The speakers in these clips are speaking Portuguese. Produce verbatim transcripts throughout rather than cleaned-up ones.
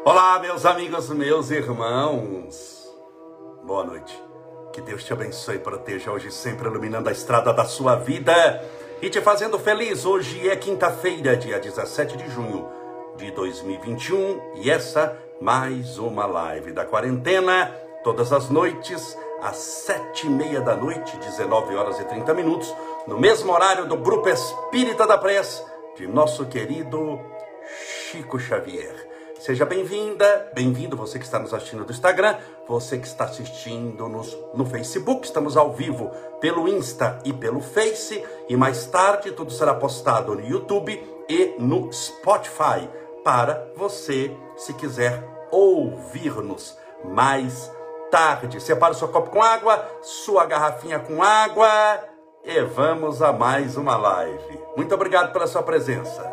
Olá, meus amigos, meus irmãos. Boa noite. Que Deus te abençoe e proteja hoje, sempre iluminando a estrada da sua vida e te fazendo feliz. Hoje é quinta-feira, dia dezessete de junho de dois mil e vinte e um, e essa mais uma live da quarentena, todas as noites, às sete e meia da noite, dezenove horas e trinta minutos, no mesmo horário do Grupo Espírita da Prece, de nosso querido Chico Xavier. Seja bem-vinda, bem-vindo você que está nos assistindo do Instagram, você que está assistindo nos, no Facebook. Estamos ao vivo pelo Insta e pelo Face, e mais tarde tudo será postado no YouTube e no Spotify, para você, se quiser ouvir-nos mais tarde. Separe o seu copo com água, sua garrafinha com água, e vamos a mais uma live. Muito obrigado pela sua presença.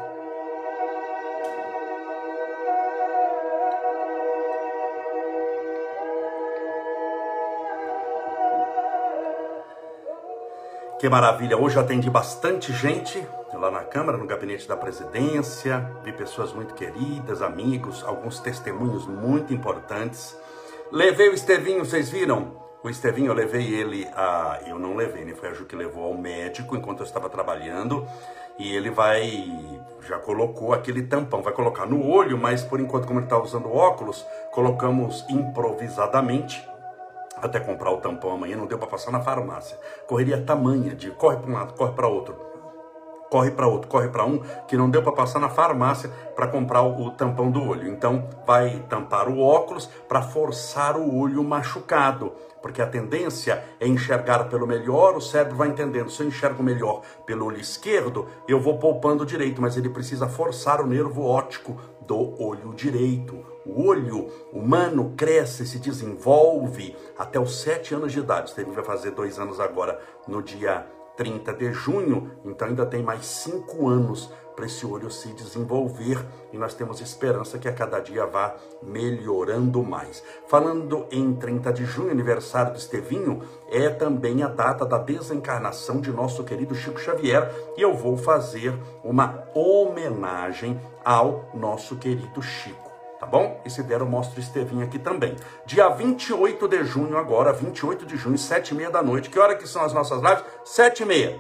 Que maravilha, hoje eu atendi bastante gente lá na Câmara, no gabinete da presidência, vi pessoas muito queridas, amigos, alguns testemunhos muito importantes. Levei o Estevinho, vocês viram? O Estevinho, eu levei ele a... Eu não levei, né? Foi a Ju que levou ao médico enquanto eu estava trabalhando, e ele vai... já colocou aquele tampão, vai colocar no olho, mas por enquanto, como ele está usando óculos, colocamos improvisadamente. Até comprar o tampão amanhã, não deu para passar na farmácia. Correria tamanha de corre para um lado, corre para outro, corre para outro, corre para um, que não deu para passar na farmácia para comprar o, o tampão do olho. Então vai tampar o óculos para forçar o olho machucado, porque a tendência é enxergar pelo melhor, o cérebro vai entendendo. Se eu enxergo melhor pelo olho esquerdo, eu vou poupando o direito, mas ele precisa forçar o nervo óptico do olho direito. O olho humano cresce, se desenvolve até os sete anos de idade. Ele vai fazer dois anos agora, no dia trinta de junho. Então ainda tem mais cinco anos para esse olho se desenvolver. E nós temos esperança que a cada dia vá melhorando mais. Falando em trinta de junho, aniversário do Estevinho, é também a data da desencarnação de nosso querido Chico Xavier. E eu vou fazer uma homenagem ao nosso querido Chico. Tá bom? E se der, eu mostro o Estevinho aqui também. Dia vinte e oito de junho agora, vinte e oito de junho, sete e meia da noite. Que hora que são as nossas lives? sete e meia.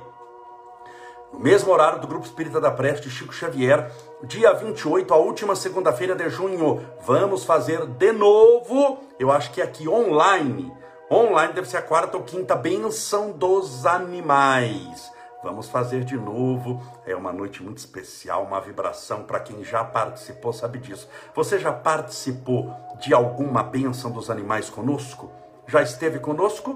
No mesmo horário do Grupo Espírita da Prece de Chico Xavier, dia vinte e oito, a última segunda-feira de junho. Vamos fazer de novo, eu acho que aqui online. Online deve ser a quarta ou quinta benção dos animais. Vamos fazer de novo, é uma noite muito especial, uma vibração para quem já participou, sabe disso. Você já participou de alguma bênção dos animais conosco? Já esteve conosco?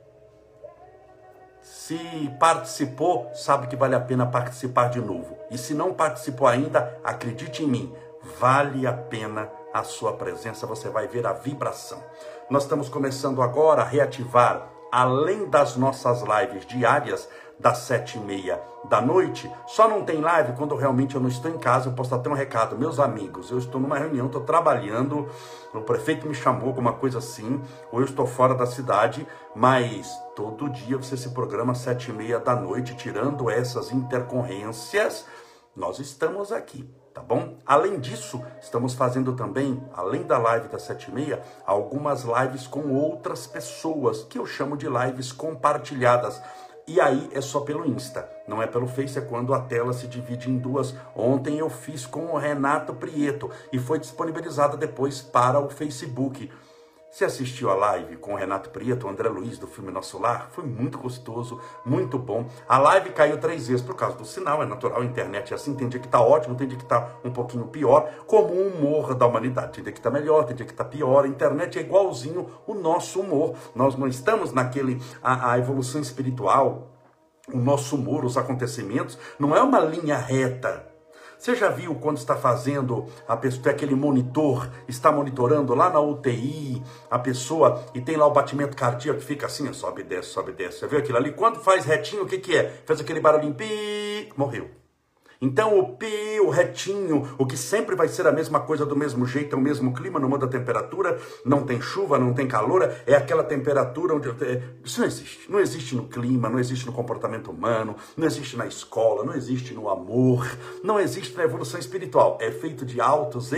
Se participou, sabe que vale a pena participar de novo. E se não participou ainda, acredite em mim, vale a pena a sua presença, você vai ver a vibração. Nós estamos começando agora a reativar, além das nossas lives diárias, das sete e meia da noite. Só não tem live quando realmente eu não estou em casa. Eu posso até um recado, meus amigos, eu estou numa reunião, estou trabalhando, o prefeito me chamou, alguma coisa assim, ou eu estou fora da cidade, mas todo dia você se programa às sete e meia da noite, tirando essas intercorrências, nós estamos aqui, tá bom? Além disso, estamos fazendo também, além da live das sete e meia, algumas lives com outras pessoas, que eu chamo de lives compartilhadas. E aí é só pelo Insta, não é pelo Face, é quando a tela se divide em duas. Ontem eu fiz com o Renato Prieto e foi disponibilizada depois para o Facebook. Você assistiu a live com o Renato Prieto, o André Luiz, do filme Nosso Lar? Foi muito gostoso, muito bom. A live caiu três vezes por causa do sinal, é natural, a internet é assim, tem dia que tá ótimo, tem dia que tá um pouquinho pior, como o humor da humanidade. Tem dia que tá melhor, tem dia que tá pior, a internet é igualzinho o nosso humor. Nós não estamos naquele, a, a evolução espiritual, o nosso humor, os acontecimentos, não é uma linha reta. Você já viu quando está fazendo, a pessoa, aquele monitor, está monitorando lá na U T I, a pessoa, e tem lá o batimento cardíaco que fica assim, sobe e desce, sobe e desce. Você viu aquilo ali? Quando faz retinho, o que que é? Faz aquele barulhinho, pi, morreu. Então o pi, o retinho, o que sempre vai ser a mesma coisa do mesmo jeito, é o mesmo clima, não muda a temperatura, não tem chuva, não tem calor, é aquela temperatura onde... Isso não existe. Não existe no clima, não existe no comportamento humano, não existe na escola, não existe no amor, não existe na evolução espiritual. É feito de altos e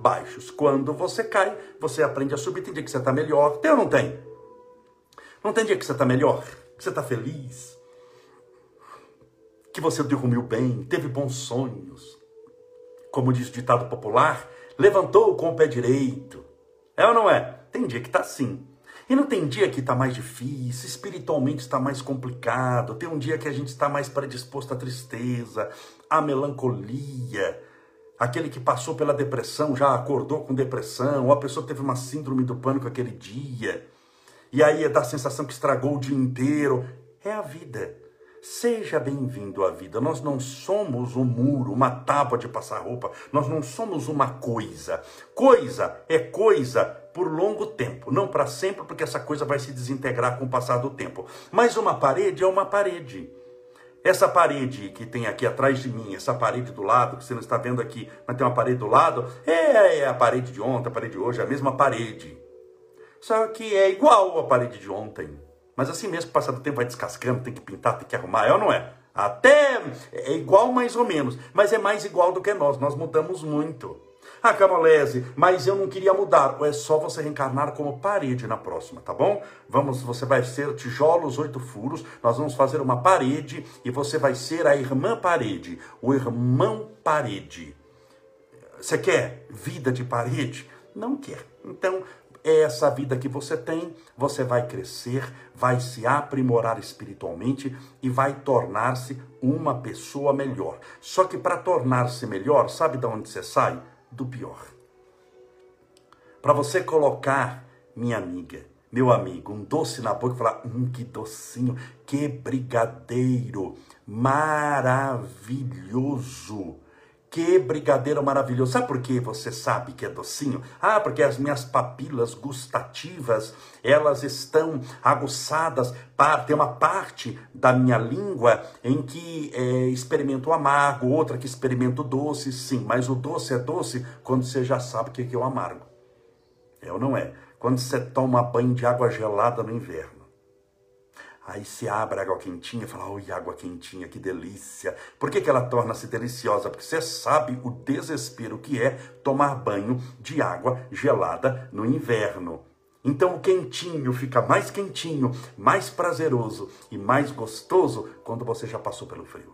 baixos. Quando você cai, você aprende a subir. Tem dia que você está melhor. Tem ou não tem? Não tem dia que você está melhor? Que você está feliz? Que você dormiu bem? Teve bons sonhos? Como diz o ditado popular, levantou com o pé direito. É ou não é? Tem dia que está assim. E não tem dia que está mais difícil, espiritualmente está mais complicado. Tem um dia que a gente está mais predisposto à tristeza, à melancolia. Aquele que passou pela depressão já acordou com depressão. Ou a pessoa teve uma síndrome do pânico aquele dia. E aí dá a sensação que estragou o dia inteiro. É a vida. Seja bem-vindo à vida. Nós não somos um muro, uma tábua de passar roupa. Nós não somos uma coisa. Coisa é coisa por longo tempo. Não para sempre, porque essa coisa vai se desintegrar com o passar do tempo. Mas uma parede é uma parede. Essa parede que tem aqui atrás de mim, essa parede do lado, que você não está vendo aqui, mas tem uma parede do lado, é, é a parede de ontem, a parede de hoje, é a mesma parede. Só que é igual a parede de ontem. Mas assim mesmo, com o passar do tempo vai descascando, tem que pintar, tem que arrumar, é ou não é? Até é igual mais ou menos, mas é mais igual do que nós, nós mudamos muito. Ah, Camolese, mas eu não queria mudar. É só você reencarnar como parede na próxima, tá bom? Vamos, você vai ser tijolos, oito furos, nós vamos fazer uma parede e você vai ser a irmã parede, o irmão parede. Você quer vida de parede? Não quer. Então, é essa vida que você tem, você vai crescer, vai se aprimorar espiritualmente e vai tornar-se uma pessoa melhor. Só que para tornar-se melhor, sabe de onde você sai? Do pior. Para você colocar, minha amiga, meu amigo, um doce na boca e falar, hum, que docinho, que brigadeiro maravilhoso. Que brigadeiro maravilhoso. Sabe por que você sabe que é docinho? Ah, porque as minhas papilas gustativas, elas estão aguçadas. Para, tem uma parte da minha língua em que é, experimento o amargo, outra que experimento o doce, sim. Mas o doce é doce quando você já sabe o que é o amargo. É ou não é? Quando você toma banho de água gelada no inverno. Aí se abre a água quentinha e fala, oi, água quentinha, que delícia. Por que que ela torna-se deliciosa? Porque você sabe o desespero que é tomar banho de água gelada no inverno. Então o quentinho fica mais quentinho, mais prazeroso e mais gostoso quando você já passou pelo frio.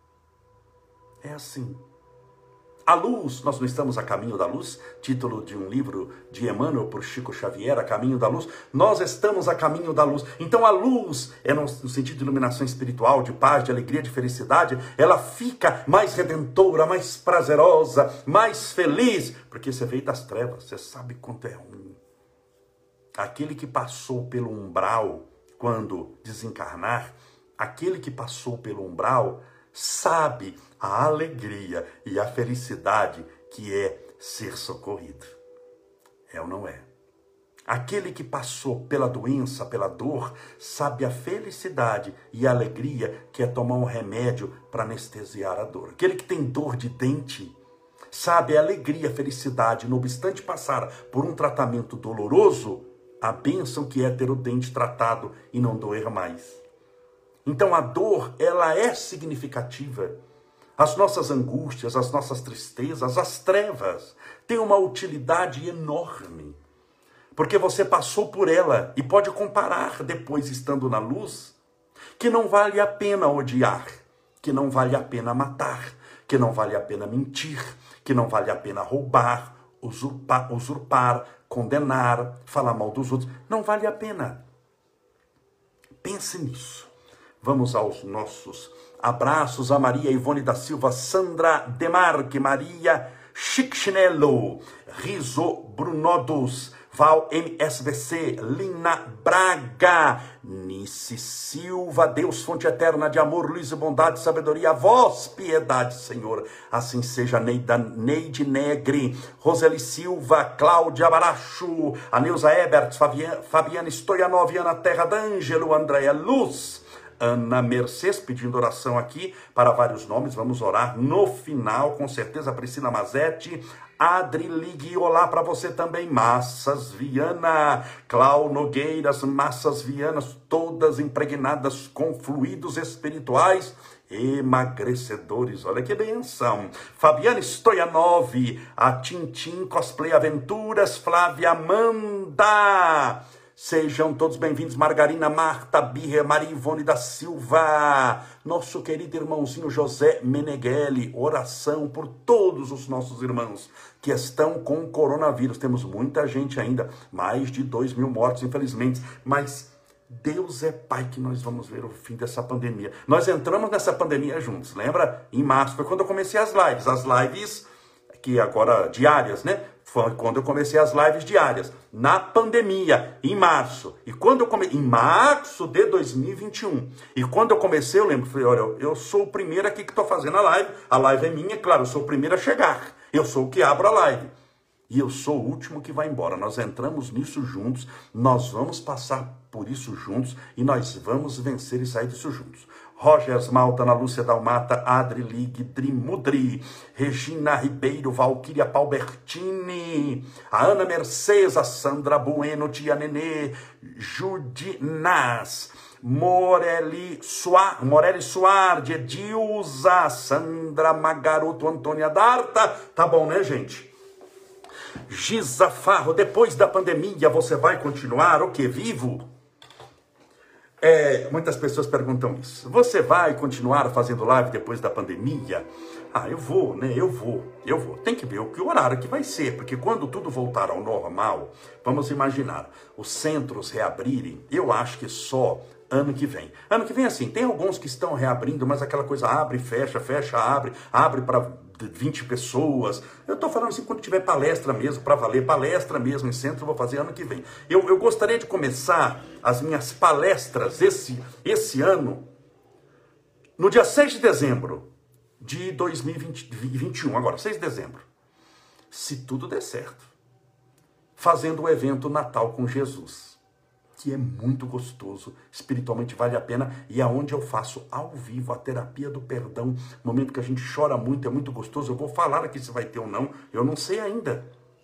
É assim. A luz, nós não estamos a caminho da luz, título de um livro de Emmanuel por Chico Xavier, A Caminho da Luz, nós estamos a caminho da luz. Então a luz, é no, no sentido de iluminação espiritual, de paz, de alegria, de felicidade, ela fica mais redentora, mais prazerosa, mais feliz, porque você veio das trevas, você sabe quanto é ruim. Aquele que passou pelo umbral, quando desencarnar, aquele que passou pelo umbral, sabe a alegria e a felicidade que é ser socorrido. É ou não é? Aquele que passou pela doença, pela dor, sabe a felicidade e a alegria que é tomar um remédio para anestesiar a dor. Aquele que tem dor de dente, sabe a alegria, a felicidade, não obstante passar por um tratamento doloroso, a bênção que é ter o dente tratado e não doer mais. Então a dor, ela é significativa. As nossas angústias, as nossas tristezas, as trevas, têm uma utilidade enorme. Porque você passou por ela e pode comparar depois, estando na luz, que não vale a pena odiar, que não vale a pena matar, que não vale a pena mentir, que não vale a pena roubar, usurpar, usurpar, condenar, falar mal dos outros. Não vale a pena. Pense nisso. Vamos aos nossos abraços a Maria Ivone da Silva, Sandra Demarque, Maria Chichinello, Riso Brunodos, Val M S V C, Lina Braga, Nice Silva, Deus fonte eterna de amor, luz e bondade, sabedoria, voz, piedade, Senhor. Assim seja. Neida, Neide Negri, Roseli Silva, Cláudia Baracho, Aneuza Ebert, Fabiana, Fabiana Stoianov, Ana Terra d'Angelo, Andréia Luz, Ana Mercedes, pedindo oração aqui para vários nomes, vamos orar no final, com certeza. Priscila Mazetti, Adri Ligue, olá para você também. Massas Viana, Clau Nogueiras, Massas Vianas, todas impregnadas com fluidos espirituais emagrecedores, olha que benção. Fabiana Stoyanov, a Tintim Cosplay Aventuras, Flávia Amanda. Sejam todos bem-vindos, Margarina, Marta, Birra, Maria Ivone da Silva, nosso querido irmãozinho José Meneghelli, oração por todos os nossos irmãos que estão com coronavírus. Temos muita gente ainda, mais de dois mil mortos, infelizmente, mas Deus é Pai que nós vamos ver o fim dessa pandemia. Nós entramos nessa pandemia juntos, lembra? Em março, foi quando eu comecei as lives, as lives que agora diárias, né? Foi quando eu comecei as lives diárias, na pandemia, em março. E quando eu comecei, em março de dois mil e vinte e um. E quando eu comecei, eu lembro, falei, olha, eu sou o primeiro aqui que estou fazendo a live. A live é minha, claro, eu sou o primeiro a chegar. Eu sou o que abro a live. E eu sou o último que vai embora. Nós entramos nisso juntos, nós vamos passar por isso juntos e nós vamos vencer e sair disso juntos. Rogers Malta, Ana Lúcia Dalmata, Adri Lig, Drimudri, Regina Ribeiro, Valquíria Palbertini, a Ana Mercedes, a Sandra Bueno, Tia Nenê, Judinaz, Morelli Soar, Morelli Soar, Edilza, Sandra Magaroto, Antônia Darta. Tá bom, né, gente? Giza Farro, depois da pandemia você vai continuar o que? Vivo? É, muitas pessoas perguntam isso. Você vai continuar fazendo live depois da pandemia? Ah, eu vou, né? Eu vou, eu vou. Tem que ver o que o horário que vai ser, porque quando tudo voltar ao normal, vamos imaginar, os centros reabrirem, eu acho que só ano que vem. Ano que vem, assim, tem alguns que estão reabrindo, mas aquela coisa abre, fecha, fecha, abre, abre para vinte pessoas. Eu estou falando assim, quando tiver palestra mesmo, para valer, palestra mesmo em centro, eu vou fazer ano que vem. Eu, eu gostaria de começar as minhas palestras esse, esse ano, no dia seis de dezembro de dois mil e vinte e um, agora, seis de dezembro. Se tudo der certo. Fazendo o evento Natal com Jesus, que é muito gostoso, espiritualmente vale a pena, e é onde eu faço ao vivo a terapia do perdão, momento que a gente chora muito, é muito gostoso. Eu vou falar aqui se vai ter ou não, eu não sei ainda.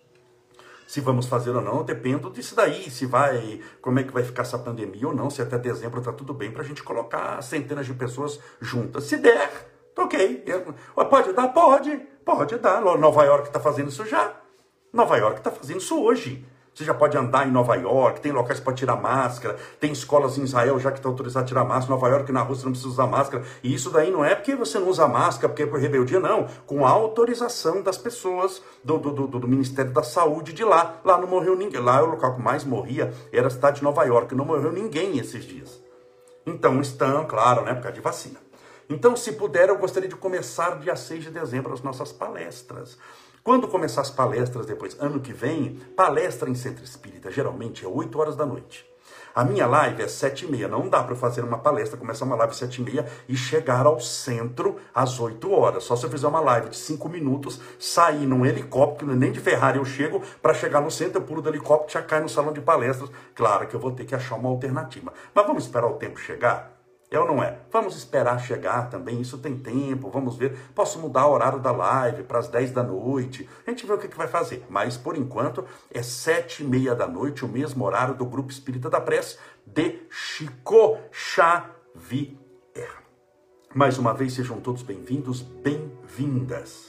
Se vamos fazer ou não, eu dependo disso daí, se vai, como é que vai ficar essa pandemia ou não, se até dezembro tá tudo bem pra gente colocar centenas de pessoas juntas. Se der, ok. Pode dar? Pode, pode dar. Nova York tá fazendo isso já. Nova York tá fazendo isso hoje. Você já pode andar em Nova York, tem locais para tirar máscara, tem escolas em Israel já que está autorizado a tirar máscara, Nova York na Rússia não precisa usar máscara, e isso daí não é porque você não usa máscara, porque é por rebeldia, não, com a autorização das pessoas do, do, do, do Ministério da Saúde de lá, lá não morreu ninguém, lá o local que mais morria era a cidade de Nova York, não morreu ninguém esses dias. Então estão, claro, né, por causa de vacina. Então, se puder, eu gostaria de começar dia seis de dezembro as nossas palestras. Quando começar as palestras depois, ano que vem, palestra em Centro Espírita, geralmente é oito horas da noite. A minha live é sete e meia, não dá para fazer uma palestra, começar uma live às sete e meia e chegar ao centro às oito horas. Só se eu fizer uma live de cinco minutos, sair num helicóptero, nem de Ferrari eu chego, para chegar no centro, eu pulo do helicóptero e já caio no salão de palestras. Claro que eu vou ter que achar uma alternativa. Mas vamos esperar o tempo chegar? É ou não é? Vamos esperar chegar também, isso tem tempo, vamos ver. Posso mudar o horário da live para as dez da noite, a gente vê o que, que vai fazer. Mas, por enquanto, é sete e meia da noite, o mesmo horário do Grupo Espírita da Prece de Chico Xavier. Mais uma vez, sejam todos bem-vindos, bem-vindas.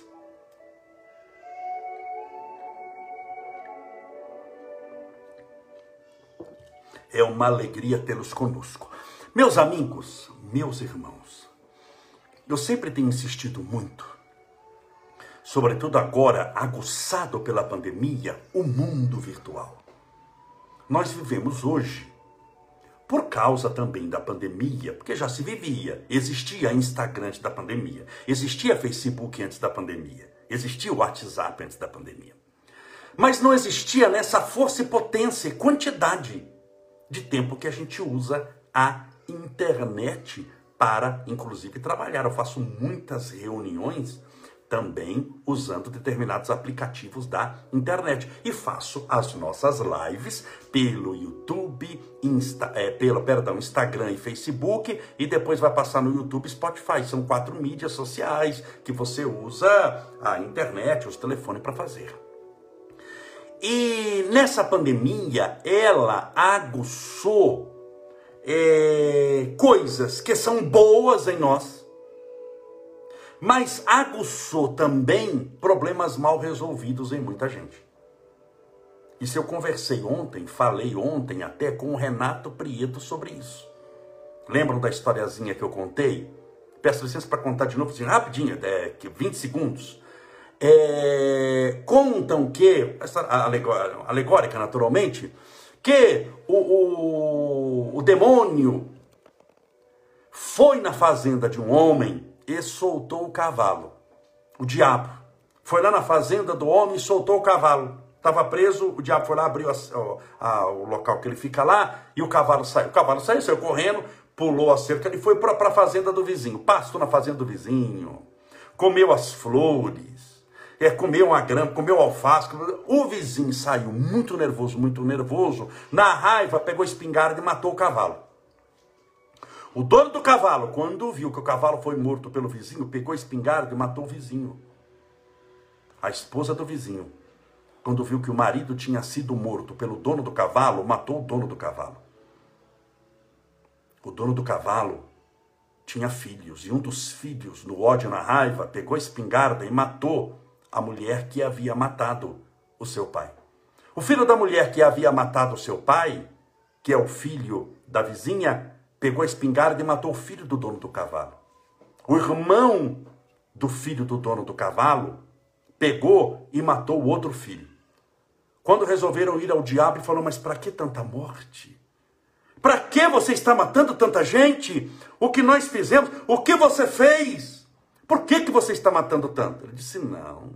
É uma alegria tê-los conosco. Meus amigos, meus irmãos, eu sempre tenho insistido muito, sobretudo agora, aguçado pela pandemia, o mundo virtual. Nós vivemos hoje, por causa também da pandemia, porque já se vivia, existia Instagram antes da pandemia, existia Facebook antes da pandemia, existia o WhatsApp antes da pandemia. Mas não existia nessa força e potência e quantidade de tempo que a gente usa a internet para, inclusive, trabalhar. Eu faço muitas reuniões também usando determinados aplicativos da internet. E faço as nossas lives pelo YouTube, Insta, é, pelo, perdão, Instagram e Facebook, e depois vai passar no YouTube e Spotify. São quatro mídias sociais que você usa a internet, os telefones para fazer. E nessa pandemia, ela aguçou É, coisas que são boas em nós, mas aguçou também problemas mal resolvidos em muita gente. Isso eu conversei ontem, falei ontem até com o Renato Prieto sobre isso. Lembram da historiazinha que eu contei? Peço licença para contar de novo, assim, rapidinho, é, vinte segundos. É, contam que, alegórica naturalmente, que o, o, o demônio foi na fazenda de um homem e soltou o cavalo. O diabo foi lá na fazenda do homem e soltou o cavalo. Estava preso, o diabo foi lá, abriu a, a, o local que ele fica lá e o cavalo saiu. O cavalo saiu, saiu correndo, pulou a cerca e foi para a fazenda do vizinho. Pastou na fazenda do vizinho, comeu as flores, é, comeu uma grama, comeu alface. O vizinho saiu muito nervoso, muito nervoso. Na raiva, pegou a espingarda e matou o cavalo. O dono do cavalo, quando viu que o cavalo foi morto pelo vizinho, pegou a espingarda e matou o vizinho. A esposa do vizinho, quando viu que o marido tinha sido morto pelo dono do cavalo, matou o dono do cavalo. O dono do cavalo tinha filhos, e um dos filhos, no ódio e na raiva, pegou a espingarda e matou a mulher que havia matado o seu pai. O filho da mulher que havia matado o seu pai, que é o filho da vizinha, pegou a espingarda e matou o filho do dono do cavalo. O irmão do filho do dono do cavalo pegou e matou o outro filho. Quando resolveram ir ao diabo, ele falou, mas para que tanta morte? Para que você está matando tanta gente? O que nós fizemos? O que você fez? Por que, que você está matando tanto? Ele disse, não,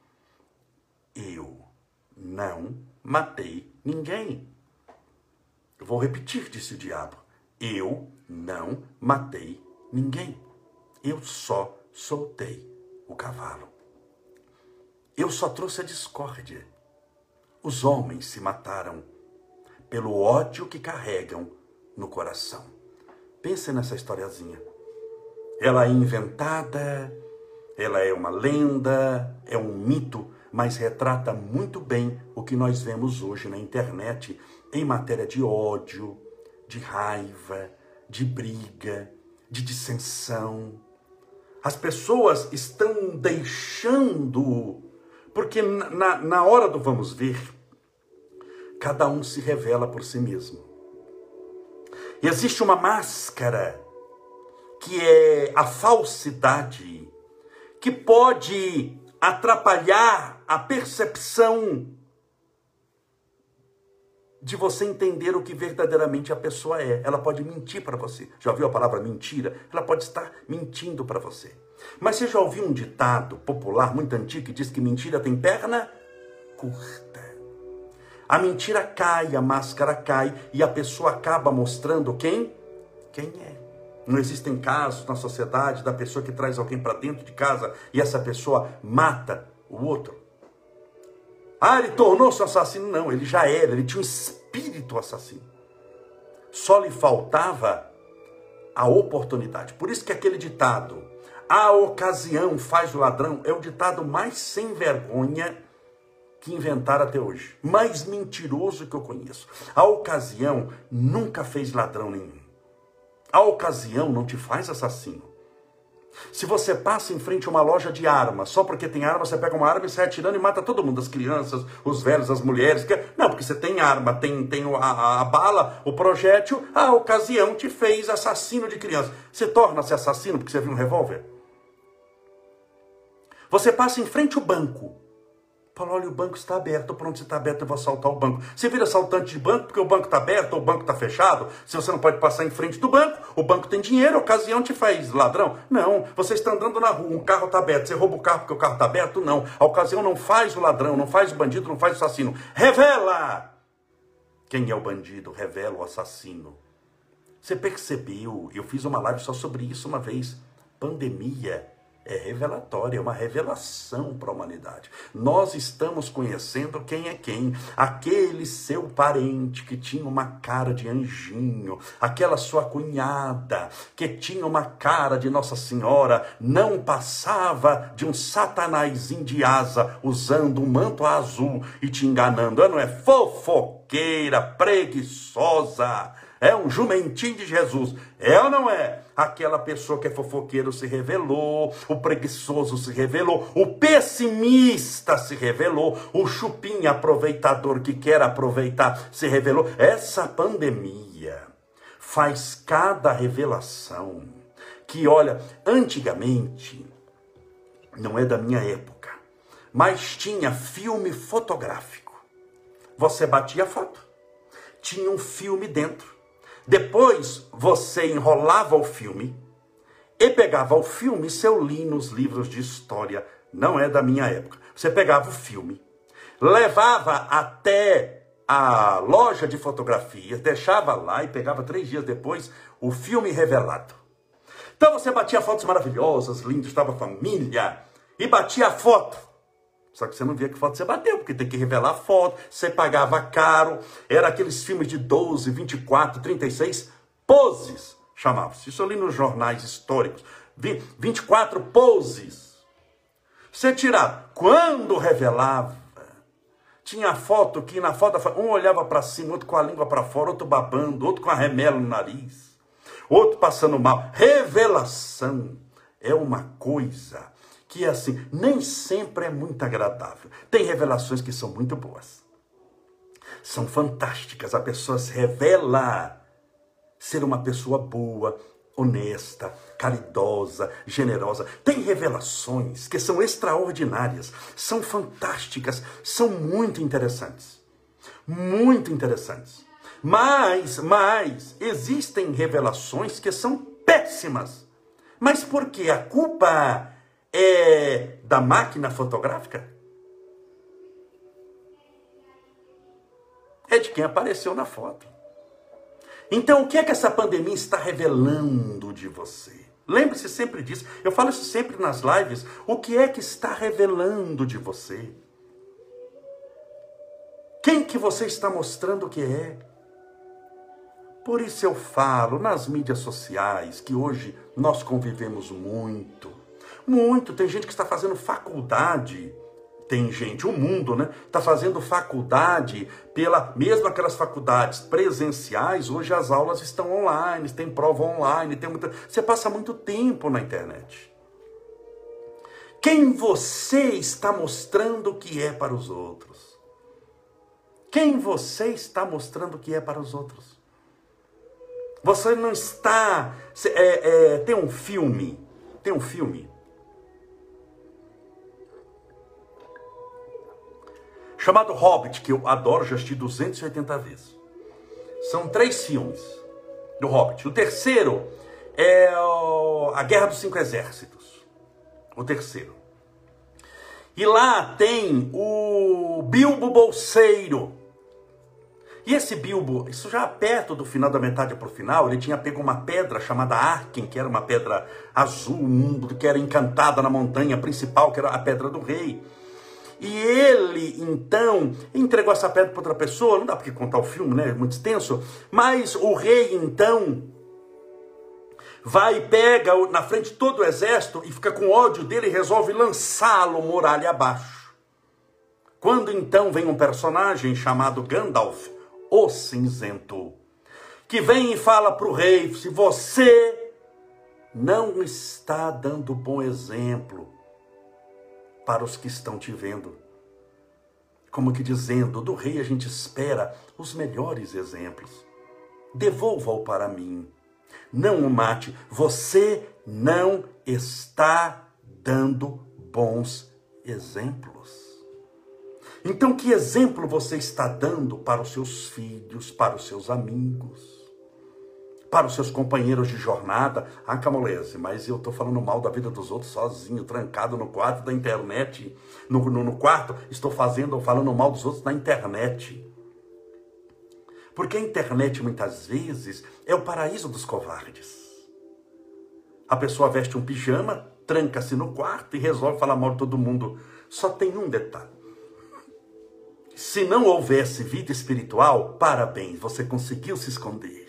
eu não matei ninguém. Eu vou repetir, disse o diabo. Eu não matei ninguém. Eu só soltei o cavalo. Eu só trouxe a discórdia. Os homens se mataram pelo ódio que carregam no coração. Pense nessa historiazinha. Ela é inventada, ela é uma lenda, é um mito, mas retrata muito bem o que nós vemos hoje na internet em matéria de ódio, de raiva, de briga, de dissensão. As pessoas estão deixando, porque na, na hora do vamos ver, cada um se revela por si mesmo. E existe uma máscara, que é a falsidade, que pode atrapalhar a percepção de você entender o que verdadeiramente a pessoa é. Ela pode mentir para você. Já ouviu a palavra mentira? Ela pode estar mentindo para você. Mas você já ouviu um ditado popular muito antigo que diz que mentira tem perna curta? A mentira cai, a máscara cai e a pessoa acaba mostrando quem? Quem é. Não existem casos na sociedade da pessoa que traz alguém para dentro de casa e essa pessoa mata o outro. Ah, ele tornou-se um assassino? Não, ele já era, ele tinha um espírito assassino. Só lhe faltava a oportunidade. Por isso que aquele ditado, a ocasião faz o ladrão, é o ditado mais sem vergonha que inventaram até hoje. Mais mentiroso que eu conheço. A ocasião nunca fez ladrão nenhum. A ocasião não te faz assassino. Se você passa em frente a uma loja de armas, só porque tem arma, você pega uma arma e sai atirando e mata todo mundo, as crianças, os velhos, as mulheres. Não, porque você tem arma, tem, tem a, a, a bala, o projétil, a ocasião te fez assassino de criança. Você torna-se assassino porque você viu um revólver? Você passa em frente ao banco. Fala, olha, o banco está aberto, pronto, se está aberto eu vou assaltar o banco. Você vira assaltante de banco porque o banco está aberto ou o banco está fechado? Se você não pode passar em frente do banco, o banco tem dinheiro, a ocasião te faz ladrão? Não, você está andando na rua, um carro está aberto, você rouba o carro porque o carro está aberto? Não, a ocasião não faz o ladrão, não faz o bandido, não faz o assassino. Revela quem é o bandido, revela o assassino. Você percebeu, eu fiz uma live só sobre isso uma vez, pandemia é revelatória, é uma revelação para a humanidade. Nós estamos conhecendo quem é quem. Aquele seu parente que tinha uma cara de anjinho, aquela sua cunhada que tinha uma cara de Nossa Senhora, não passava de um satanazinho de asa, usando um manto azul e te enganando. Ela não é fofoqueira, preguiçosa, É um jumentinho de Jesus. É ou não é? Aquela pessoa que é fofoqueiro se revelou, o preguiçoso se revelou, o pessimista se revelou, o chupim aproveitador que quer aproveitar se revelou. Essa pandemia faz cada revelação que, olha, antigamente, não é da minha época, mas tinha filme fotográfico. Você batia foto, tinha um filme dentro. Depois você enrolava o filme e pegava o filme, isso eu li nos livros de história, não é da minha época. Você pegava o filme, levava até a loja de fotografias, deixava lá e pegava três dias depois o filme revelado. Então você batia fotos maravilhosas, lindas, estava a família, e batia a foto. Só que você não via que foto você bateu, porque tem que revelar a foto, você pagava caro, era aqueles filmes de doze, vinte e quatro, trinta e seis poses, chamava-se. Isso ali nos jornais históricos, vinte e quatro poses. Você tirava, quando revelava, tinha foto que na foto, um olhava para cima, outro com a língua para fora, outro babando, outro com a remela no nariz, outro passando mal. Revelação é uma coisa que, assim, nem sempre é muito agradável. Tem revelações que são muito boas. São fantásticas. A pessoa se revela ser uma pessoa boa, honesta, caridosa, generosa. Tem revelações que são extraordinárias, são fantásticas, são muito interessantes. Muito interessantes. Mas, mas, existem revelações que são péssimas. Mas por quê? A culpa é da máquina fotográfica? É de quem apareceu na foto. Então, o que é que essa pandemia está revelando de você? Lembre-se sempre disso. Eu falo isso sempre nas lives. O que é que está revelando de você? Quem que você está mostrando que é? Por isso eu falo nas mídias sociais, que hoje nós convivemos muito. Muito. Tem gente que está fazendo faculdade. Tem gente, o mundo, né? Está fazendo faculdade, pela, mesmo aquelas faculdades presenciais, hoje as aulas estão online, tem prova online, tem muita. Você passa muito tempo na internet. Quem você está mostrando que é para os outros? Quem você está mostrando que é para os outros? Você não está. É, é, tem um filme, tem um filme. chamado Hobbit, que eu adoro, já assisti duzentas e oitenta vezes. São três filmes do Hobbit. O terceiro é o... A Guerra dos Cinco Exércitos. O terceiro. E lá tem o Bilbo Bolseiro. E esse Bilbo, isso já perto do final da metade para o final, ele tinha pego uma pedra chamada Arken, que era uma pedra azul, que era encantada na montanha principal, que era a Pedra do Rei. E ele, então, entregou essa pedra para outra pessoa. Não dá para contar o filme, né? É muito extenso. Mas o rei, então, vai e pega na frente todo o exército e fica com ódio dele e resolve lançá-lo muralha abaixo. Quando, então, vem um personagem chamado Gandalf, o Cinzento, que vem e fala para o rei: se você não está dando bom exemplo para os que estão te vendo, como que dizendo, do rei a gente espera os melhores exemplos. Devolva-o para mim. Não o mate. Você não está dando bons exemplos. Então, que exemplo você está dando para os seus filhos, para os seus amigos, para os seus companheiros de jornada? Ah, Camolese, mas eu estou falando mal da vida dos outros sozinho, trancado no quarto da internet. No, no, no quarto, estou fazendo, falando mal dos outros na internet. Porque a internet, muitas vezes, é o paraíso dos covardes. A pessoa veste um pijama, tranca-se no quarto e resolve falar mal de todo mundo. Só tem um detalhe. Se não houvesse vida espiritual, parabéns, você conseguiu se esconder.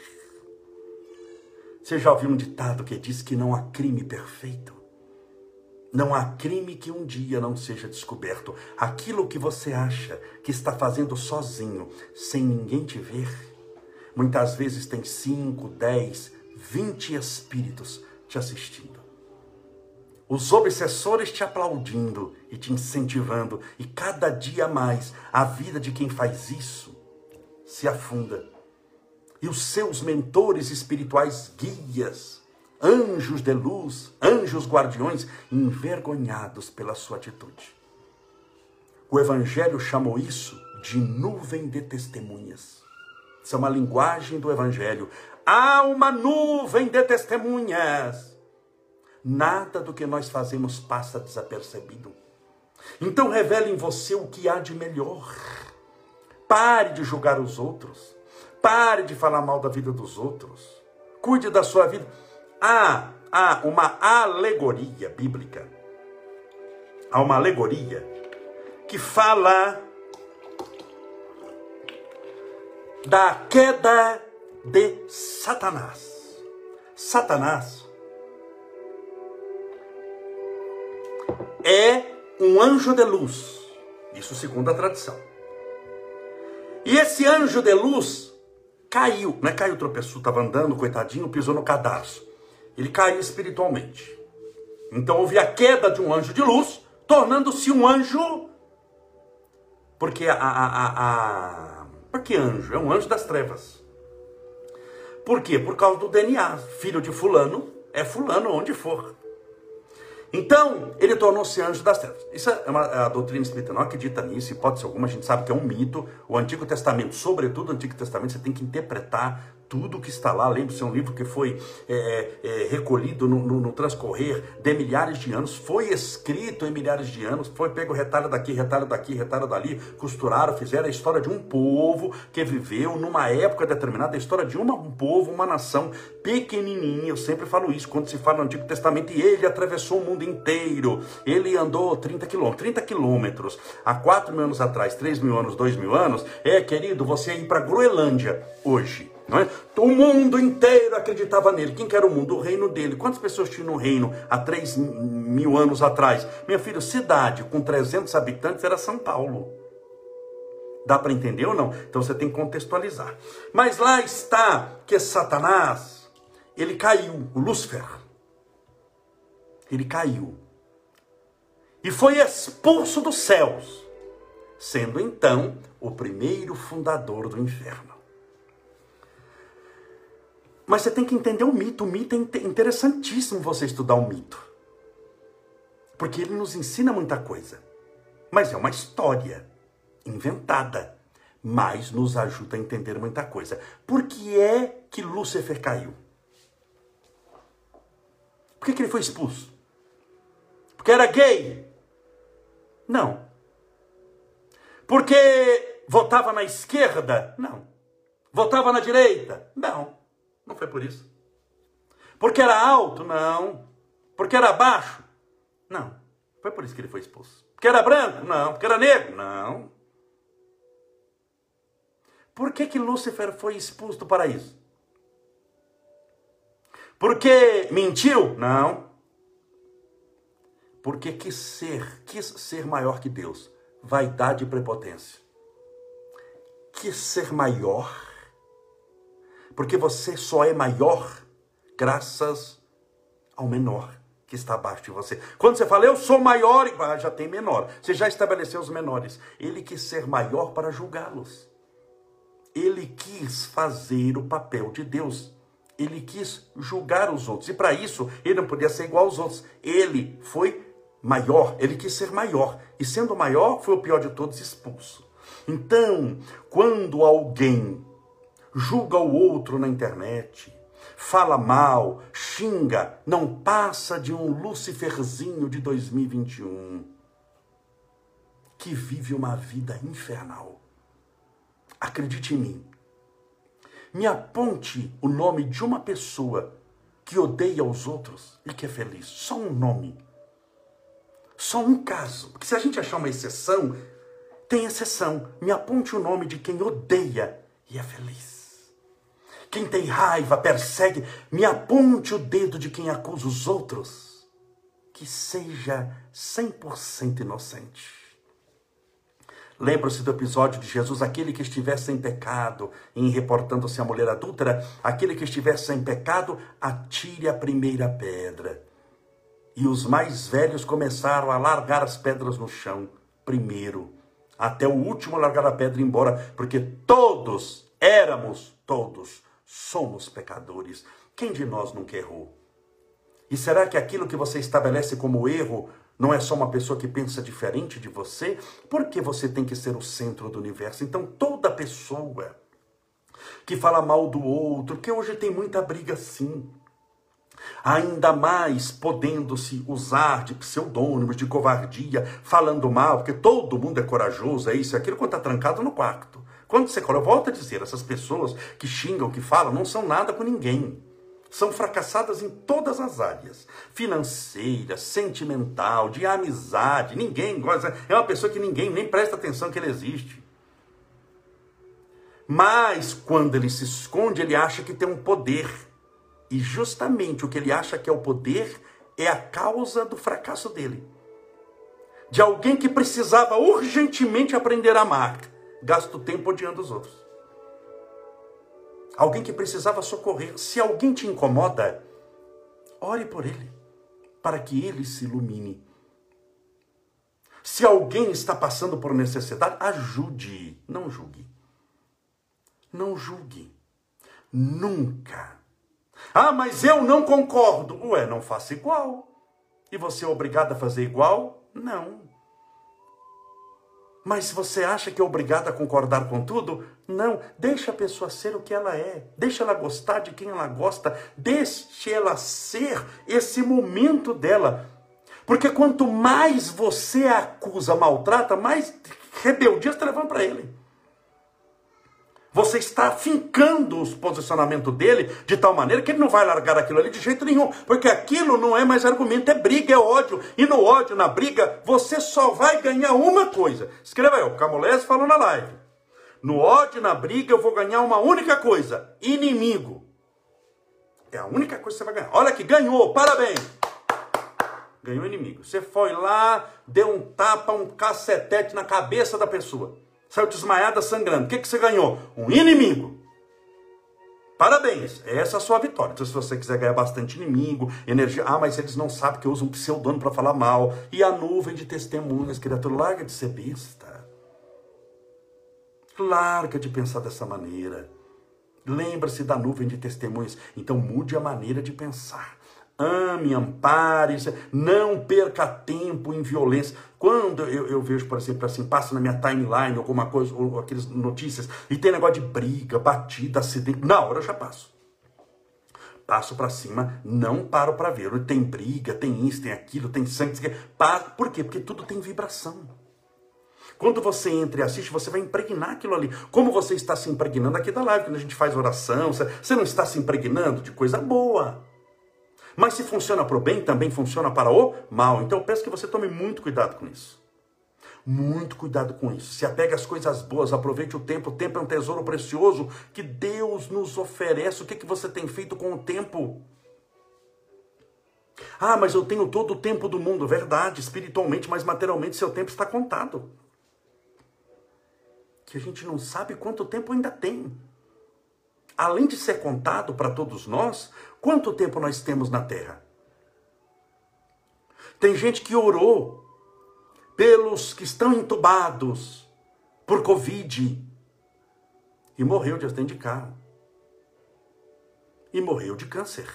Você já ouviu um ditado que diz que não há crime perfeito? Não há crime que um dia não seja descoberto. Aquilo que você acha que está fazendo sozinho, sem ninguém te ver, Muitas vezes tem cinco, dez, vinte espíritos te assistindo. Os obsessores te aplaudindo e te incentivando. E cada dia mais a vida de quem faz isso se afunda. E os seus mentores espirituais, guias, anjos de luz, anjos guardiões, envergonhados pela sua atitude. O Evangelho chamou isso de nuvem de testemunhas. Isso é uma linguagem do Evangelho. Há uma nuvem de testemunhas. Nada do que nós fazemos passa desapercebido. Então revele em você o que há de melhor. Pare de julgar os outros. Pare de falar mal da vida dos outros. Cuide da sua vida. Há, há uma alegoria bíblica. Há uma alegoria que fala da queda de Satanás. Satanás é um anjo de luz. Isso segundo a tradição. E esse anjo de luz caiu, não é caiu, tropeçou, estava andando, coitadinho, pisou no cadarço. Ele caiu espiritualmente. Então houve a queda de um anjo de luz, tornando-se um anjo. Porque a, a, a, a... Por que anjo? É um anjo das trevas. Por quê? Por causa do D N A. Filho de fulano é fulano onde for. Então, ele tornou-se anjo das trevas. Isso é uma a doutrina espírita, não acredita nisso, hipótese alguma, a gente sabe que é um mito. O Antigo Testamento, sobretudo o Antigo Testamento, você tem que interpretar tudo que está lá. Lembre-se, é um livro que foi é, é, recolhido no, no, no transcorrer de milhares de anos, foi escrito em milhares de anos, foi pego retalho daqui, retalho daqui, retalho dali, costuraram, fizeram a história de um povo que viveu numa época determinada, a história de uma, um povo, uma nação pequenininha. Eu sempre falo isso, quando se fala no Antigo Testamento, e ele atravessou o mundo inteiro, ele andou trinta quilômetros, trinta quilômetros, há quatro mil anos atrás, três mil anos, dois mil anos, é, querido, você ir para a Groenlândia hoje, não é? O mundo inteiro acreditava nele. Quem que era o mundo? O reino dele. Quantas pessoas tinham no reino há três mil anos atrás? Minha filha, cidade com trezentos habitantes era São Paulo. Dá para entender ou não? Então você tem que contextualizar. Mas lá está que Satanás, ele caiu, o Lúcifer, ele caiu e foi expulso dos céus, sendo então o primeiro fundador do inferno. Mas você tem que entender o mito. O mito é interessantíssimo você estudar o mito, porque ele nos ensina muita coisa. Mas é uma história inventada, mas nos ajuda a entender muita coisa. Por que é que Lúcifer caiu? Por que, que ele foi expulso? Porque era gay? Não. Porque votava na esquerda? Não. Votava na direita? Não. Não foi por isso. Porque era alto? Não. Porque era baixo? Não. Foi por isso que ele foi expulso. Porque era branco? Não. Porque era negro? Não. Por que que Lúcifer foi expulso do paraíso? Porque mentiu? Não. Porque quis ser, quis ser maior que Deus. Vaidade e prepotência. Quis ser maior. Porque você só é maior graças ao menor que está abaixo de você. Quando você fala, eu sou maior, ah, já tem menor. Você já estabeleceu os menores. Ele quis ser maior para julgá-los. Ele quis fazer o papel de Deus. Ele quis julgar os outros. E para isso, ele não podia ser igual aos outros. Ele foi maior. Ele quis ser maior. E sendo maior, foi o pior de todos, expulso. Então, quando alguém julga o outro na internet, fala mal, xinga, não passa de um Luciferzinho de dois mil e vinte e um que vive uma vida infernal. Acredite em mim. Me aponte o nome de uma pessoa que odeia os outros e que é feliz. Só um nome. Só um caso. Porque se a gente achar uma exceção, tem exceção. Me aponte o nome de quem odeia e é feliz. Quem tem raiva, persegue, me aponte o dedo de quem acusa os outros, que seja cem por cento inocente. Lembra-se do episódio de Jesus, aquele que estiver sem pecado, em reportando-se à mulher adúltera, aquele que estiver sem pecado, atire a primeira pedra. E os mais velhos começaram a largar as pedras no chão, primeiro, até o último largar a pedra e ir embora, porque todos éramos, todos, somos pecadores. Quem de nós nunca errou? E será que aquilo que você estabelece como erro não é só uma pessoa que pensa diferente de você? Por que você tem que ser o centro do universo? Então toda pessoa que fala mal do outro, que hoje tem muita briga sim, ainda mais podendo-se usar de pseudônimos, de covardia, falando mal, porque todo mundo é corajoso, é isso, é aquilo, quando está trancado no quarto. Quando você coloca, volta a dizer, essas pessoas que xingam, que falam, não são nada com ninguém. São fracassadas em todas as áreas. Financeira, sentimental, de amizade. Ninguém gosta. É uma pessoa que ninguém nem presta atenção que ele existe. Mas quando ele se esconde, ele acha que tem um poder. E justamente o que ele acha que é o poder é a causa do fracasso dele. De alguém que precisava urgentemente aprender a amar. Gasta o tempo odiando os outros. Alguém que precisava socorrer. Se alguém te incomoda, ore por ele, para que ele se ilumine. Se alguém está passando por necessidade, ajude, não julgue. Não julgue. Nunca. Ah, mas eu não concordo. Ué, não faça igual. E você é obrigado a fazer igual? Não. Mas se você acha que é obrigado a concordar com tudo, não. Deixa a pessoa ser o que ela é. Deixa ela gostar de quem ela gosta. Deixe ela ser esse momento dela. Porque quanto mais você a acusa, maltrata, mais rebeldia você está levando para ele. Você está fincando o posicionamento dele de tal maneira que ele não vai largar aquilo ali de jeito nenhum. Porque aquilo não é mais argumento, é briga, é ódio. E no ódio, na briga, você só vai ganhar uma coisa. Escreva aí, o Camolese falou na live. No ódio, na briga, eu vou ganhar uma única coisa. Inimigo. É a única coisa que você vai ganhar. Olha aqui, ganhou, parabéns. Ganhou inimigo. Você foi lá, deu um tapa, um cacetete na cabeça da pessoa. Saiu desmaiada, sangrando. O que, que você ganhou? Um inimigo. Parabéns. Essa é a sua vitória. Então, se você quiser ganhar bastante inimigo, energia... Ah, mas eles não sabem que eu uso um pseudônimo para falar mal. E a nuvem de testemunhas, criatura, larga de ser besta. Larga de pensar dessa maneira. Lembra-se da nuvem de testemunhas. Então, mude a maneira de pensar. Ame, ampare, não perca tempo em violência. Quando eu, eu vejo, por exemplo, assim, passa na minha timeline alguma coisa, ou aquelas notícias, e tem negócio de briga, batida, acidente, na hora eu já passo. Passo para cima, não paro para ver. Tem briga, tem isso, tem aquilo, tem sangue, tem... Por quê? Porque tudo tem vibração. Quando você entra e assiste, você vai impregnar aquilo ali. Como você está se impregnando aqui da live, quando a gente faz oração, você não está se impregnando de coisa boa. Mas se funciona para o bem, também funciona para o mal. Então eu peço que você tome muito cuidado com isso. Muito cuidado com isso. Se apegue às coisas boas, aproveite o tempo. O tempo é um tesouro precioso que Deus nos oferece. O que, que você tem feito com o tempo? Ah, mas eu tenho todo o tempo do mundo. Verdade, espiritualmente, mas materialmente seu tempo está contado. Que a gente não sabe quanto tempo ainda tem. Além de ser contado para todos nós, quanto tempo nós temos na Terra? Tem gente que orou pelos que estão entubados por Covid e morreu de acidente de carro. E morreu de câncer.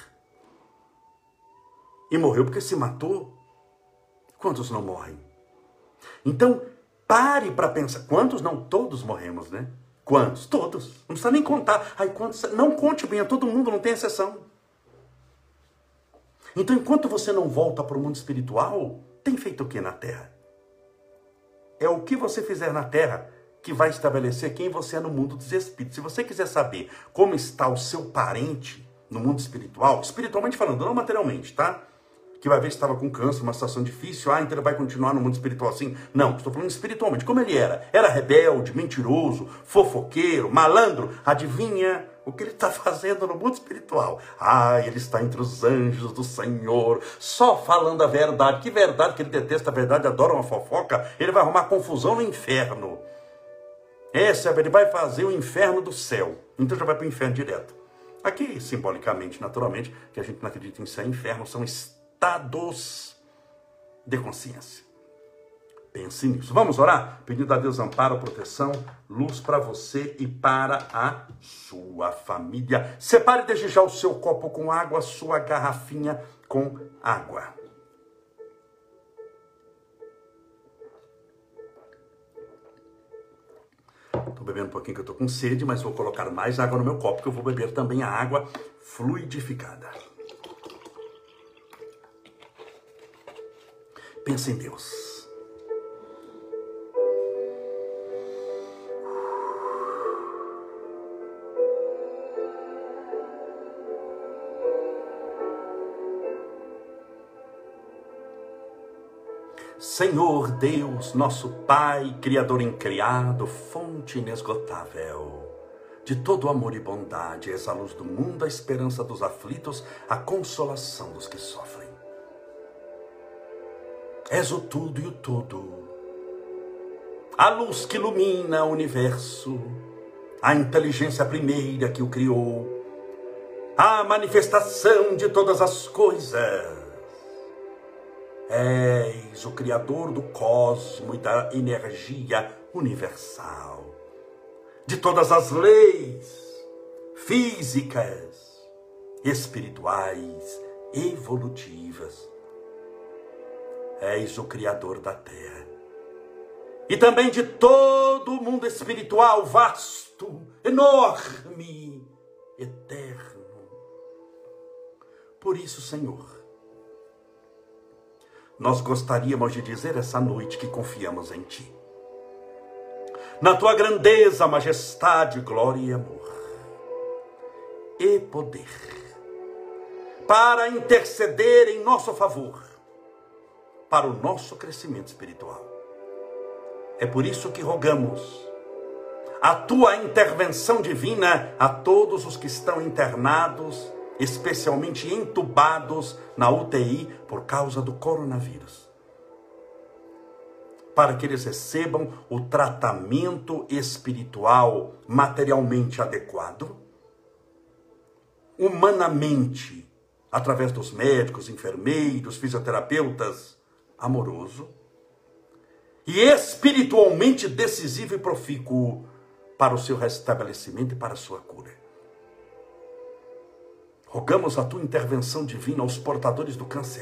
E morreu porque se matou. Quantos não morrem? Então, pare para pensar. Quantos não? Todos morremos, né? Quantos? Todos. Não precisa nem contar. Ai, quantos? Não conte bem, é todo mundo, não tem exceção. Então, enquanto você não volta para o mundo espiritual, tem feito o que na Terra? É o que você fizer na Terra que vai estabelecer quem você é no mundo dos espíritos. Se você quiser saber como está o seu parente no mundo espiritual, espiritualmente falando, não materialmente, tá? Que vai ver se estava com câncer, uma situação difícil, ah, então ele vai continuar no mundo espiritual assim. Não, estou falando espiritualmente. Como ele era? Era rebelde, mentiroso, fofoqueiro, malandro. Adivinha o que ele está fazendo no mundo espiritual? Ah, ele está entre os anjos do Senhor, só falando a verdade. Que verdade, que ele detesta a verdade, adora uma fofoca. Ele vai arrumar confusão no inferno. Essa, ele vai fazer o inferno do céu. Então já vai para o inferno direto. Aqui, simbolicamente, naturalmente, que a gente não acredita em céu e inferno, são estados de consciência. Pense nisso. Vamos orar? Pedindo a Deus amparo, proteção, luz para você e para a sua família. Separe desde já o seu copo com água, a sua garrafinha com água. Estou bebendo um pouquinho que eu estou com sede, mas vou colocar mais água no meu copo, que eu vou beber também a água fluidificada. Pense em Deus. Senhor Deus, nosso Pai, Criador incriado, fonte inesgotável, de todo amor e bondade, és a luz do mundo, a esperança dos aflitos, a consolação dos que sofrem. És o tudo e o todo, a luz que ilumina o universo, a inteligência primeira que o criou, a manifestação de todas as coisas. És o Criador do cosmo e da energia universal, de todas as leis físicas, espirituais, evolutivas. És o Criador da Terra e também de todo o mundo espiritual vasto, enorme, eterno. Por isso, Senhor, nós gostaríamos de dizer essa noite que confiamos em Ti, na Tua grandeza, majestade, glória e amor, e poder, para interceder em nosso favor, para o nosso crescimento espiritual. É por isso que rogamos a Tua intervenção divina a todos os que estão internados, especialmente entubados na U T I por causa do coronavírus, para que eles recebam o tratamento espiritual materialmente adequado, humanamente, através dos médicos, enfermeiros, fisioterapeutas, amoroso, e espiritualmente decisivo e profícuo para o seu restabelecimento e para a sua cura. Rogamos a Tua intervenção divina aos portadores do câncer,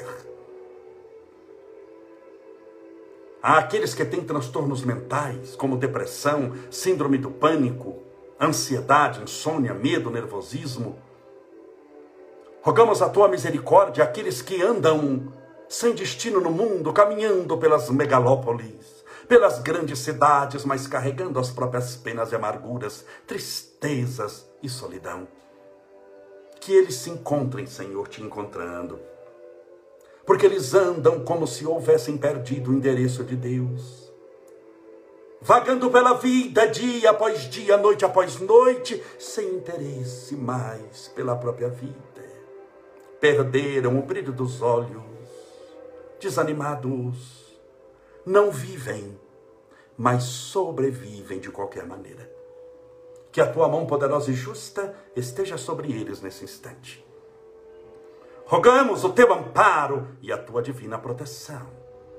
àqueles que têm transtornos mentais, como depressão, síndrome do pânico, ansiedade, insônia, medo, nervosismo. Rogamos a Tua misericórdia àqueles que andam sem destino no mundo, caminhando pelas megalópolis, pelas grandes cidades, mas carregando as próprias penas e amarguras, tristezas e solidão. Que eles se encontrem, Senhor, Te encontrando, porque eles andam como se houvessem perdido o endereço de Deus, vagando pela vida, dia após dia, noite após noite, sem interesse mais pela própria vida. Perderam o brilho dos olhos, desanimados, não vivem, mas sobrevivem de qualquer maneira. Que a Tua mão poderosa e justa esteja sobre eles nesse instante. Rogamos o Teu amparo e a Tua divina proteção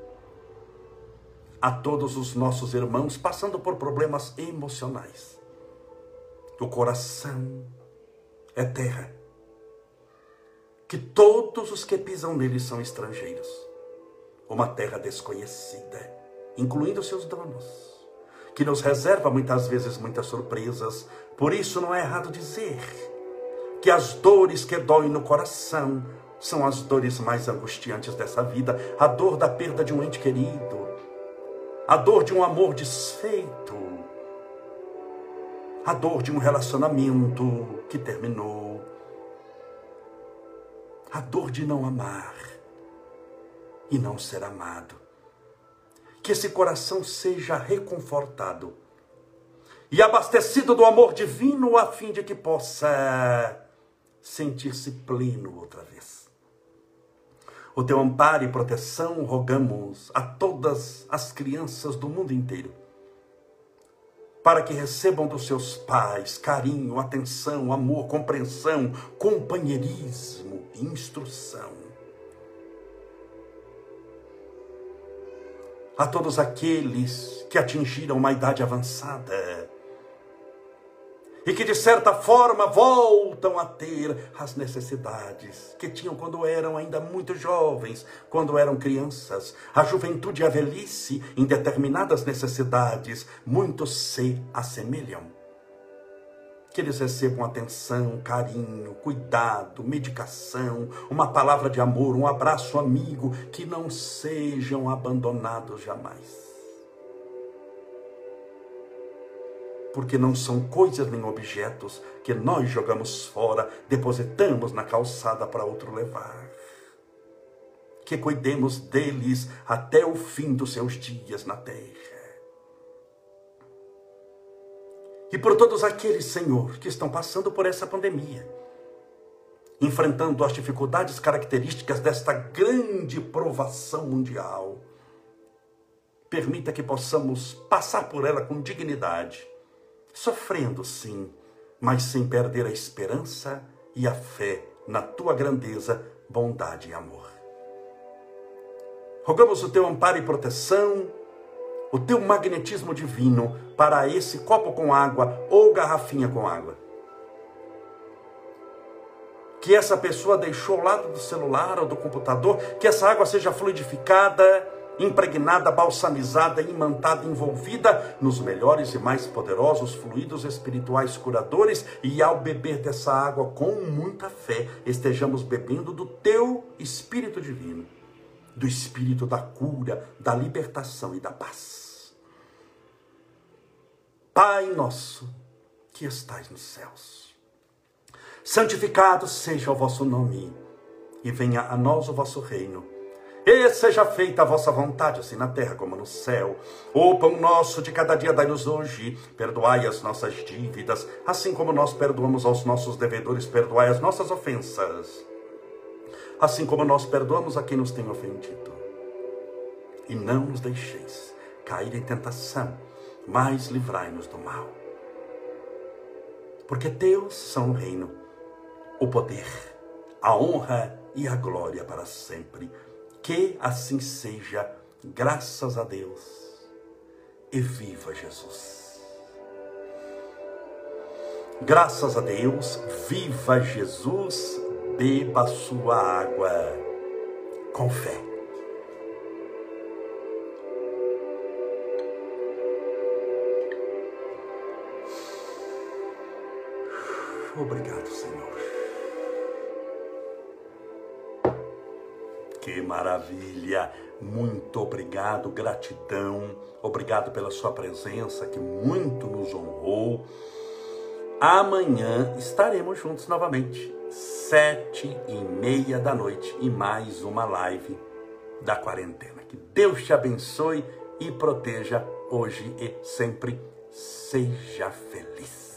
a todos os nossos irmãos passando por problemas emocionais. O coração é terra, que todos os que pisam nele são estrangeiros, uma terra desconhecida, incluindo seus donos, que nos reserva muitas vezes muitas surpresas. Por isso não é errado dizer que as dores que doem no coração são as dores mais angustiantes dessa vida. A dor da perda de um ente querido, a dor de um amor desfeito, a dor de um relacionamento que terminou, a dor de não amar e não ser amado. Que esse coração seja reconfortado e abastecido do amor divino, a fim de que possa sentir-se pleno outra vez. O teu amparo e proteção rogamos a todas as crianças do mundo inteiro, para que recebam dos seus pais carinho, atenção, amor, compreensão, companheirismo e instrução. A todos aqueles que atingiram uma idade avançada e que de certa forma voltam a ter as necessidades que tinham quando eram ainda muito jovens, quando eram crianças. A juventude e a velhice, em determinadas necessidades, muitos se assemelham. Que eles recebam atenção, carinho, cuidado, medicação, uma palavra de amor, um abraço amigo, que não sejam abandonados jamais. Porque não são coisas nem objetos que nós jogamos fora, depositamos na calçada para outro levar. Que cuidemos deles até o fim dos seus dias na terra. E por todos aqueles, Senhor, que estão passando por essa pandemia, enfrentando as dificuldades características desta grande provação mundial, permita que possamos passar por ela com dignidade, sofrendo sim, mas sem perder a esperança e a fé na tua grandeza, bondade e amor. Rogamos o teu amparo e proteção, o teu magnetismo divino para esse copo com água ou garrafinha com água. Que essa pessoa deixou ao lado do celular ou do computador, que essa água seja fluidificada, impregnada, balsamizada, imantada, envolvida nos melhores e mais poderosos fluidos espirituais curadores, e ao beber dessa água com muita fé, estejamos bebendo do teu Espírito Divino, do Espírito da cura, da libertação e da paz. Pai nosso, que estais nos céus, santificado seja o vosso nome, e venha a nós o vosso reino. E seja feita a vossa vontade, assim na terra como no céu. O pão nosso de cada dia dai-nos hoje. Perdoai as nossas dívidas, assim como nós perdoamos aos nossos devedores. Perdoai as nossas ofensas, assim como nós perdoamos a quem nos tem ofendido. E não nos deixeis cair em tentação, mas livrai-nos do mal. Porque teus são o reino, o poder, a honra e a glória para sempre. Que assim seja, graças a Deus, e viva Jesus. Graças a Deus, viva Jesus, beba a sua água com fé. Obrigado, Senhor. Que maravilha! Muito obrigado, gratidão. Obrigado pela sua presença, que muito nos honrou. Amanhã estaremos juntos novamente, sete e meia da noite, e mais uma live da quarentena. Que Deus te abençoe e proteja hoje e sempre. Seja feliz.